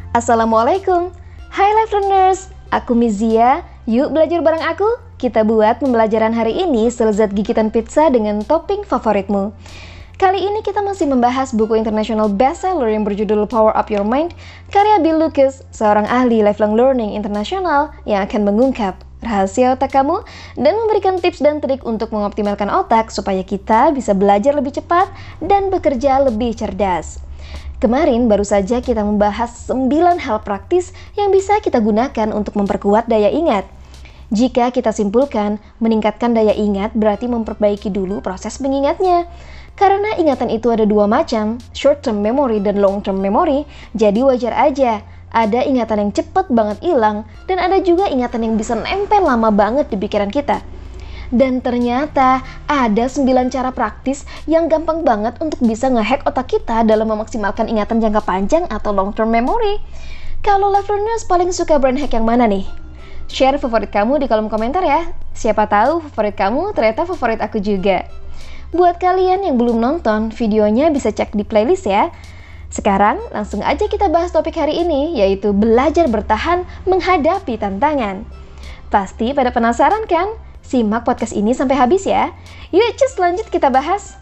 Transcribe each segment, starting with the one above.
Assalamualaikum. Hai Life Learners, aku Mizia. Yuk belajar bareng aku. Kita buat pembelajaran hari ini selezat gigitan pizza dengan topping favoritmu. Kali ini kita masih membahas buku international bestseller yang berjudul Power Up Your Mind, karya Bill Lucas, seorang ahli lifelong learning internasional yang akan mengungkap rahasia otak kamu dan memberikan tips dan trik untuk mengoptimalkan otak supaya kita bisa belajar lebih cepat dan bekerja lebih cerdas. Kemarin baru saja kita membahas 9 hal praktis yang bisa kita gunakan untuk memperkuat daya ingat. Jika kita simpulkan, meningkatkan daya ingat berarti memperbaiki dulu proses mengingatnya. Karena ingatan itu ada dua macam, short term memory dan long term memory, jadi wajar aja. Ada ingatan yang cepet banget hilang, dan ada juga ingatan yang bisa nempel lama banget di pikiran kita. Dan ternyata ada 9 cara praktis yang gampang banget untuk bisa ngehack otak kita dalam memaksimalkan ingatan jangka panjang atau long term memory. Kalau Life Learners paling suka brain hack yang mana nih? Share favorit kamu di kolom komentar ya. Siapa tahu favorit kamu ternyata favorit aku juga. Buat kalian yang belum nonton, videonya bisa cek di playlist ya. Sekarang langsung aja kita bahas topik hari ini, yaitu belajar bertahan menghadapi tantangan. Pasti pada penasaran kan? Simak podcast ini sampai habis ya. Yuk cus lanjut kita bahas.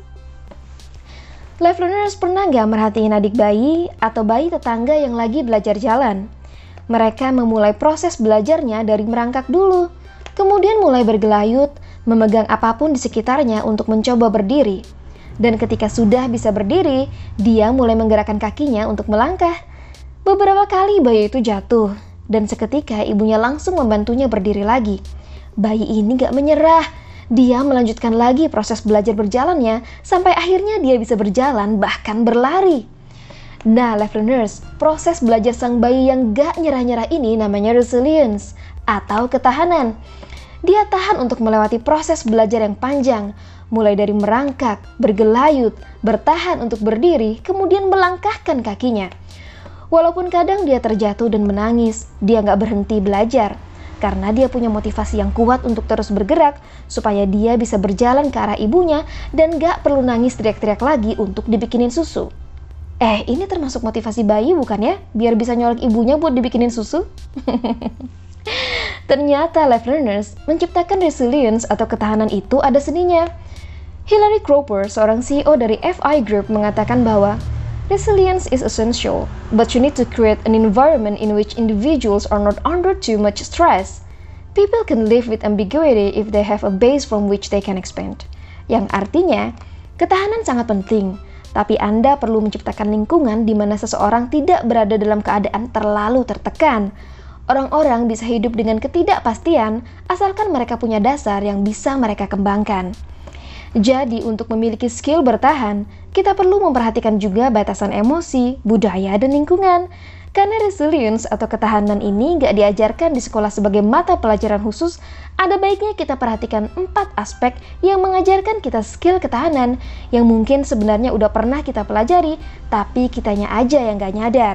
Life Learners pernah gak merhatiin adik bayi atau bayi tetangga yang lagi belajar jalan? Mereka memulai proses belajarnya dari merangkak dulu, kemudian mulai bergelayut, memegang apapun di sekitarnya untuk mencoba berdiri. Dan ketika sudah bisa berdiri, dia mulai menggerakkan kakinya untuk melangkah. Beberapa kali bayi itu jatuh, dan seketika ibunya langsung membantunya berdiri lagi. Bayi ini gak menyerah, dia melanjutkan lagi proses belajar berjalannya sampai akhirnya dia bisa berjalan bahkan berlari. Nah Life Learners, proses belajar sang bayi yang gak nyerah-nyerah ini namanya resilience atau ketahanan. Dia tahan untuk melewati proses belajar yang panjang, mulai dari merangkak, bergelayut, bertahan untuk berdiri, kemudian melangkahkan kakinya. Walaupun kadang dia terjatuh dan menangis, dia gak berhenti belajar. Karena dia punya motivasi yang kuat untuk terus bergerak, supaya dia bisa berjalan ke arah ibunya dan gak perlu nangis teriak-teriak lagi untuk dibikinin susu. Ini termasuk motivasi bayi bukan ya? Biar bisa nyolek ibunya buat dibikinin susu? Ternyata Life Learners, menciptakan resilience atau ketahanan itu ada seninya. Hilary Cropper, seorang CEO dari FI Group, mengatakan bahwa resilience is essential, but you need to create an environment in which individuals are not under too much stress. People can live with ambiguity if they have a base from which they can expand. Yang artinya, ketahanan sangat penting, tapi Anda perlu menciptakan lingkungan di mana seseorang tidak berada dalam keadaan terlalu tertekan. Orang-orang bisa hidup dengan ketidakpastian asalkan mereka punya dasar yang bisa mereka kembangkan. Jadi untuk memiliki skill bertahan, kita perlu memperhatikan juga batasan emosi, budaya, dan lingkungan. Karena resilience atau ketahanan ini gak diajarkan di sekolah sebagai mata pelajaran khusus, ada baiknya kita perhatikan 4 aspek yang mengajarkan kita skill ketahanan yang mungkin sebenarnya udah pernah kita pelajari, tapi kitanya aja yang gak nyadar.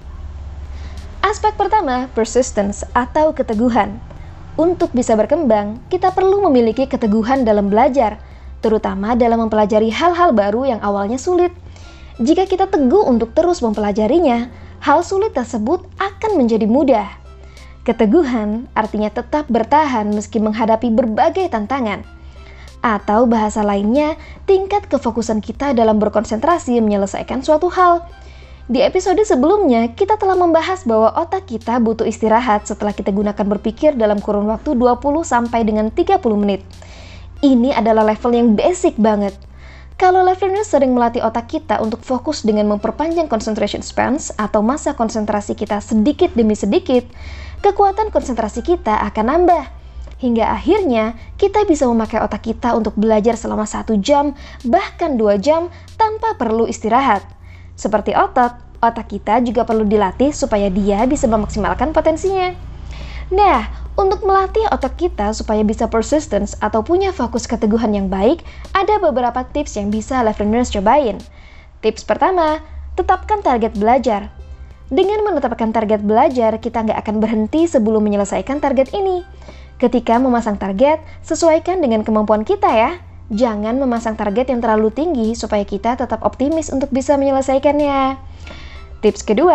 Aspek pertama, persistence atau keteguhan. Untuk bisa berkembang, kita perlu memiliki keteguhan dalam belajar, terutama dalam mempelajari hal-hal baru yang awalnya sulit. Jika kita teguh untuk terus mempelajarinya, hal sulit tersebut akan menjadi mudah. Keteguhan artinya tetap bertahan meski menghadapi berbagai tantangan. Atau bahasa lainnya, tingkat kefokusan kita dalam berkonsentrasi menyelesaikan suatu hal. Di episode sebelumnya, kita telah membahas bahwa otak kita butuh istirahat setelah kita gunakan berpikir dalam kurun waktu 20 sampai dengan 30 menit. Ini adalah level yang basic banget. Kalau Life Learners sering melatih otak kita untuk fokus dengan memperpanjang concentration spans atau masa konsentrasi kita sedikit demi sedikit, kekuatan konsentrasi kita akan nambah. Hingga akhirnya kita bisa memakai otak kita untuk belajar selama 1 jam, bahkan 2 jam tanpa perlu istirahat. Seperti otot kita juga perlu dilatih supaya dia bisa memaksimalkan potensinya. Nah, untuk melatih otak kita supaya bisa persistence atau punya fokus keteguhan yang baik, ada beberapa tips yang bisa Life Learners cobain. Tips pertama, tetapkan target belajar. Dengan menetapkan target belajar, kita nggak akan berhenti sebelum menyelesaikan target ini. Ketika memasang target, sesuaikan dengan kemampuan kita ya. Jangan memasang target yang terlalu tinggi supaya kita tetap optimis untuk bisa menyelesaikannya. Tips kedua,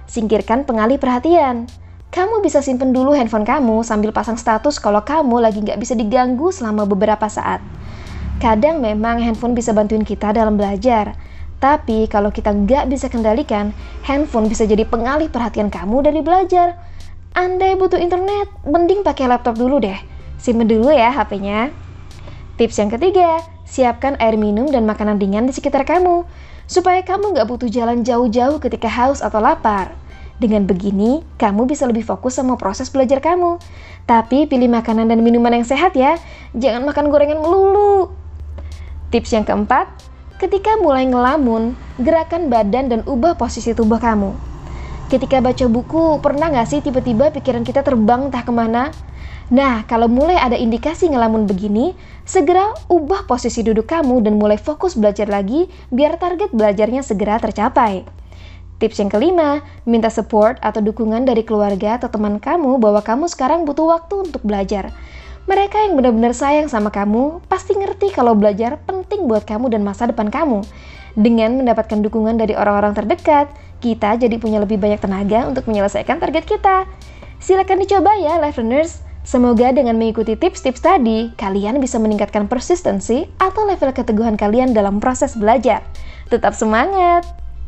Singkirkan pengalih perhatian. Kamu bisa simpen dulu handphone kamu sambil pasang status kalau kamu lagi nggak bisa diganggu selama beberapa saat. Kadang memang handphone bisa bantuin kita dalam belajar. Tapi kalau kita nggak bisa kendalikan, handphone bisa jadi pengalih perhatian kamu dari belajar. Andai butuh internet, mending pakai laptop dulu deh. Simpen dulu ya HP-nya. Tips yang ketiga, siapkan air minum dan makanan ringan di sekitar kamu, supaya kamu nggak butuh jalan jauh-jauh ketika haus atau lapar. Dengan begini, kamu bisa lebih fokus sama proses belajar kamu. Tapi pilih makanan dan minuman yang sehat ya, jangan makan gorengan melulu. Tips yang keempat, ketika mulai ngelamun, gerakan badan dan ubah posisi tubuh kamu. Ketika baca buku, pernah nggak sih tiba-tiba pikiran kita terbang entah kemana? Nah, kalau mulai ada indikasi ngelamun begini, segera ubah posisi duduk kamu dan mulai fokus belajar lagi biar target belajarnya segera tercapai. Tips yang kelima, minta support atau dukungan dari keluarga atau teman kamu bahwa kamu sekarang butuh waktu untuk belajar. Mereka yang benar-benar sayang sama kamu pasti ngerti kalau belajar penting buat kamu dan masa depan kamu. Dengan mendapatkan dukungan dari orang-orang terdekat, kita jadi punya lebih banyak tenaga untuk menyelesaikan target kita. Silakan dicoba ya, Life Learners. Semoga dengan mengikuti tips-tips tadi, kalian bisa meningkatkan persistensi atau level keteguhan kalian dalam proses belajar. Tetap semangat!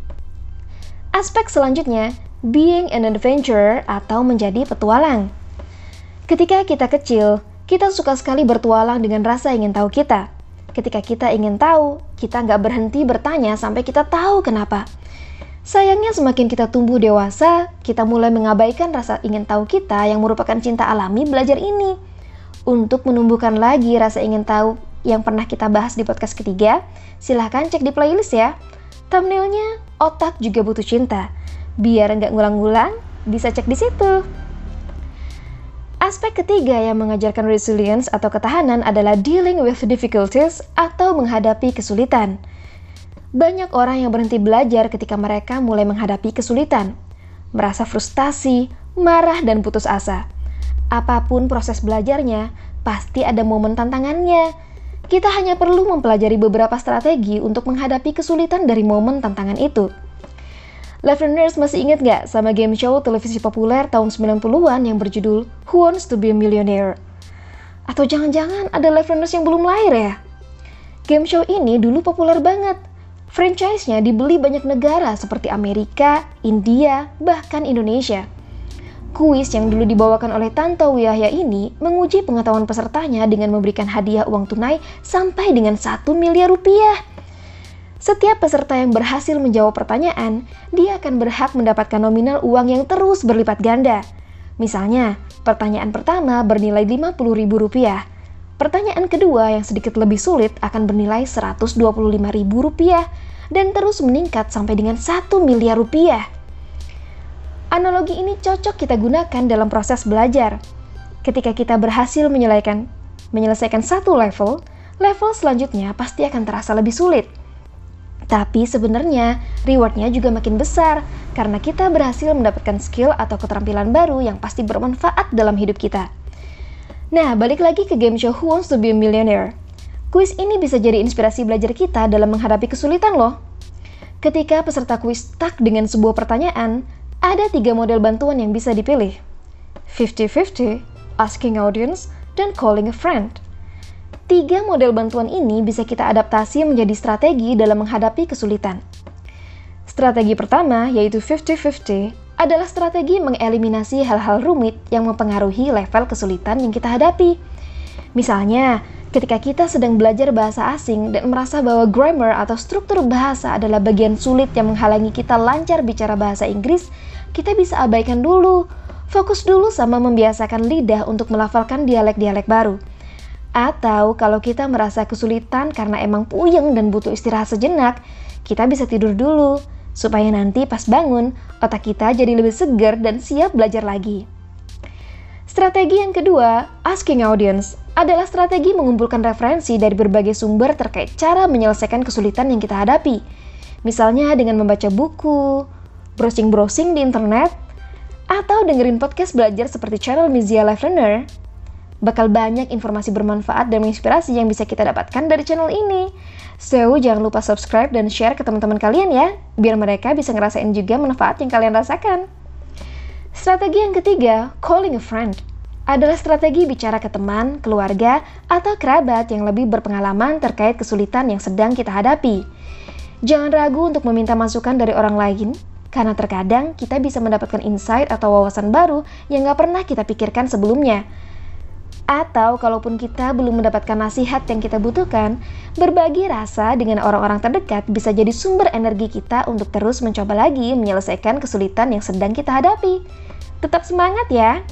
Aspek selanjutnya, being an adventurer atau menjadi petualang. Ketika kita kecil, kita suka sekali bertualang dengan rasa ingin tahu kita. Ketika kita ingin tahu, kita nggak berhenti bertanya sampai kita tahu kenapa. Sayangnya semakin kita tumbuh dewasa, kita mulai mengabaikan rasa ingin tahu kita yang merupakan cinta alami belajar ini. Untuk menumbuhkan lagi rasa ingin tahu yang pernah kita bahas di podcast ketiga, silahkan cek di playlist ya. Thumbnailnya, otak juga butuh cinta. Biar nggak ngulang-ngulang, bisa cek di situ. Aspek ketiga yang mengajarkan resilience atau ketahanan adalah dealing with difficulties atau menghadapi kesulitan. Banyak orang yang berhenti belajar ketika mereka mulai menghadapi kesulitan. Merasa frustasi, marah, dan putus asa. Apapun proses belajarnya, pasti ada momen tantangannya. Kita hanya perlu mempelajari beberapa strategi untuk menghadapi kesulitan dari momen tantangan itu. Life Learners masih ingat nggak sama game show televisi populer tahun 90-an yang berjudul Who Wants to Be a Millionaire? Atau jangan-jangan ada Life Learners yang belum lahir ya? Game show ini dulu populer banget. Franchise-nya dibeli banyak negara seperti Amerika, India, bahkan Indonesia. Kuis yang dulu dibawakan oleh Tanto Wiyahya ini menguji pengetahuan pesertanya dengan memberikan hadiah uang tunai sampai dengan 1 miliar rupiah. Setiap peserta yang berhasil menjawab pertanyaan, dia akan berhak mendapatkan nominal uang yang terus berlipat ganda. Misalnya, pertanyaan pertama bernilai Rp50.000. Pertanyaan kedua yang sedikit lebih sulit akan bernilai Rp125.000 dan terus meningkat sampai dengan 1 miliar rupiah. Analogi ini cocok kita gunakan dalam proses belajar. Ketika kita berhasil menyelesaikan satu level selanjutnya pasti akan terasa lebih sulit. Tapi sebenarnya rewardnya juga makin besar karena kita berhasil mendapatkan skill atau keterampilan baru yang pasti bermanfaat dalam hidup kita. Nah, balik lagi ke game show Who Wants to Be a Millionaire. Kuis ini bisa jadi inspirasi belajar kita dalam menghadapi kesulitan loh. Ketika peserta kuis stuck dengan sebuah pertanyaan, ada 3 model bantuan yang bisa dipilih. 50-50, asking audience, dan calling a friend. 3 model bantuan ini bisa kita adaptasi menjadi strategi dalam menghadapi kesulitan. Strategi pertama, yaitu 50-50, adalah strategi mengeliminasi hal-hal rumit yang mempengaruhi level kesulitan yang kita hadapi. Misalnya, ketika kita sedang belajar bahasa asing dan merasa bahwa grammar atau struktur bahasa adalah bagian sulit yang menghalangi kita lancar bicara bahasa Inggris, kita bisa abaikan dulu. Fokus dulu sama membiasakan lidah untuk melafalkan dialek-dialek baru. Atau kalau kita merasa kesulitan karena emang puyeng dan butuh istirahat sejenak, kita bisa tidur dulu, supaya nanti pas bangun, otak kita jadi lebih segar dan siap belajar lagi. Strategi yang kedua, asking audience, adalah strategi mengumpulkan referensi dari berbagai sumber terkait cara menyelesaikan kesulitan yang kita hadapi. Misalnya dengan membaca buku, browsing-browsing di internet, atau dengerin podcast belajar seperti channel Mizia Life Learner. Bakal banyak informasi bermanfaat dan menginspirasi yang bisa kita dapatkan dari channel ini. So, jangan lupa subscribe dan share ke teman-teman kalian ya, biar mereka bisa ngerasain juga manfaat yang kalian rasakan. Strategi yang ketiga, calling a friend, adalah strategi bicara ke teman, keluarga, atau kerabat yang lebih berpengalaman terkait kesulitan yang sedang kita hadapi. Jangan ragu untuk meminta masukan dari orang lain, karena terkadang kita bisa mendapatkan insight atau wawasan baru yang gak pernah kita pikirkan sebelumnya. Atau kalaupun kita belum mendapatkan nasihat yang kita butuhkan, berbagi rasa dengan orang-orang terdekat bisa jadi sumber energi kita untuk terus mencoba lagi menyelesaikan kesulitan yang sedang kita hadapi. Tetap semangat ya!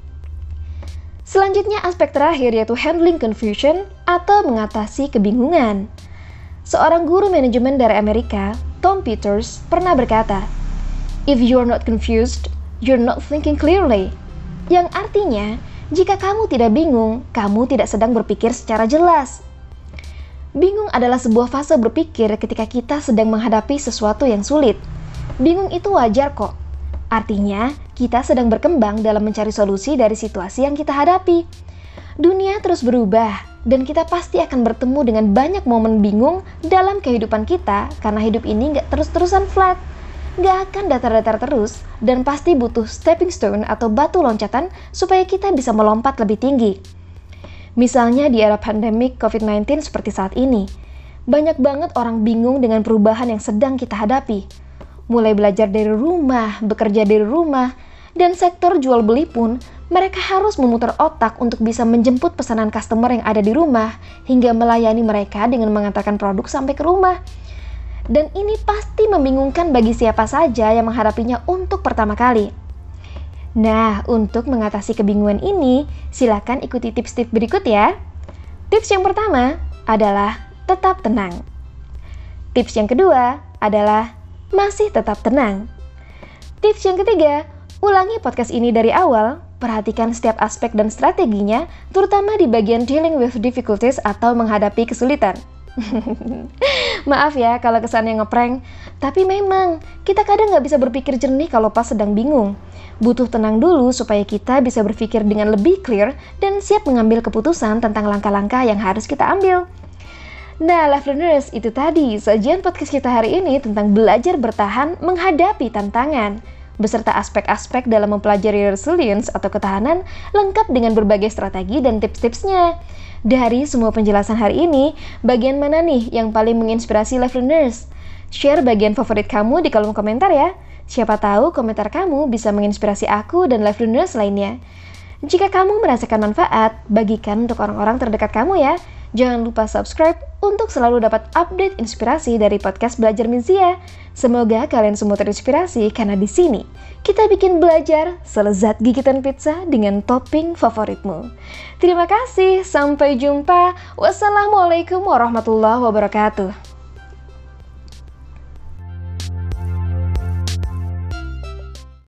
Selanjutnya aspek terakhir yaitu handling confusion atau mengatasi kebingungan. Seorang guru manajemen dari Amerika, Tom Peters, pernah berkata, "If you're not confused, you're not thinking clearly." Yang artinya, jika kamu tidak bingung, kamu tidak sedang berpikir secara jelas. Bingung adalah sebuah fase berpikir ketika kita sedang menghadapi sesuatu yang sulit. Bingung itu wajar kok. Artinya, kita sedang berkembang dalam mencari solusi dari situasi yang kita hadapi. Dunia terus berubah, dan kita pasti akan bertemu dengan banyak momen bingung dalam kehidupan kita karena hidup ini nggak terus-terusan flat. Gak akan datar-datar terus, dan pasti butuh stepping stone atau batu loncatan supaya kita bisa melompat lebih tinggi. Misalnya di era pandemik COVID-19 seperti saat ini, banyak banget orang bingung dengan perubahan yang sedang kita hadapi. Mulai belajar dari rumah, bekerja dari rumah, dan sektor jual beli pun, mereka harus memutar otak untuk bisa menjemput pesanan customer yang ada di rumah, hingga melayani mereka dengan mengantarkan produk sampai ke rumah. Dan ini pasti membingungkan bagi siapa saja yang menghadapinya untuk pertama kali. Nah, untuk mengatasi kebingungan ini, silakan ikuti tips-tips berikut ya. Tips yang pertama adalah tetap tenang. Tips yang kedua adalah masih tetap tenang. Tips yang ketiga, ulangi podcast ini dari awal, perhatikan setiap aspek dan strateginya, terutama di bagian dealing with difficulties atau menghadapi kesulitan. Maaf ya kalau kesannya ngeprank, tapi memang kita kadang nggak bisa berpikir jernih kalau pas sedang bingung. Butuh tenang dulu supaya kita bisa berpikir dengan lebih clear dan siap mengambil keputusan tentang langkah-langkah yang harus kita ambil. Nah, Life Learners, itu tadi sajian podcast kita hari ini tentang belajar bertahan menghadapi tantangan, beserta aspek-aspek dalam mempelajari resilience atau ketahanan, lengkap dengan berbagai strategi dan tips-tipsnya. Dari semua penjelasan hari ini, bagian mana nih yang paling menginspirasi Life Learners? Share bagian favorit kamu di kolom komentar ya. Siapa tahu komentar kamu bisa menginspirasi aku dan Life Learners lainnya. Jika kamu merasakan manfaat, bagikan untuk orang-orang terdekat kamu ya. Jangan lupa subscribe untuk selalu dapat update inspirasi dari podcast Belajar Minzia. Semoga kalian semua terinspirasi karena di sini kita bikin belajar selezat gigitan pizza dengan topping favoritmu. Terima kasih, sampai jumpa. Wassalamualaikum warahmatullahi wabarakatuh.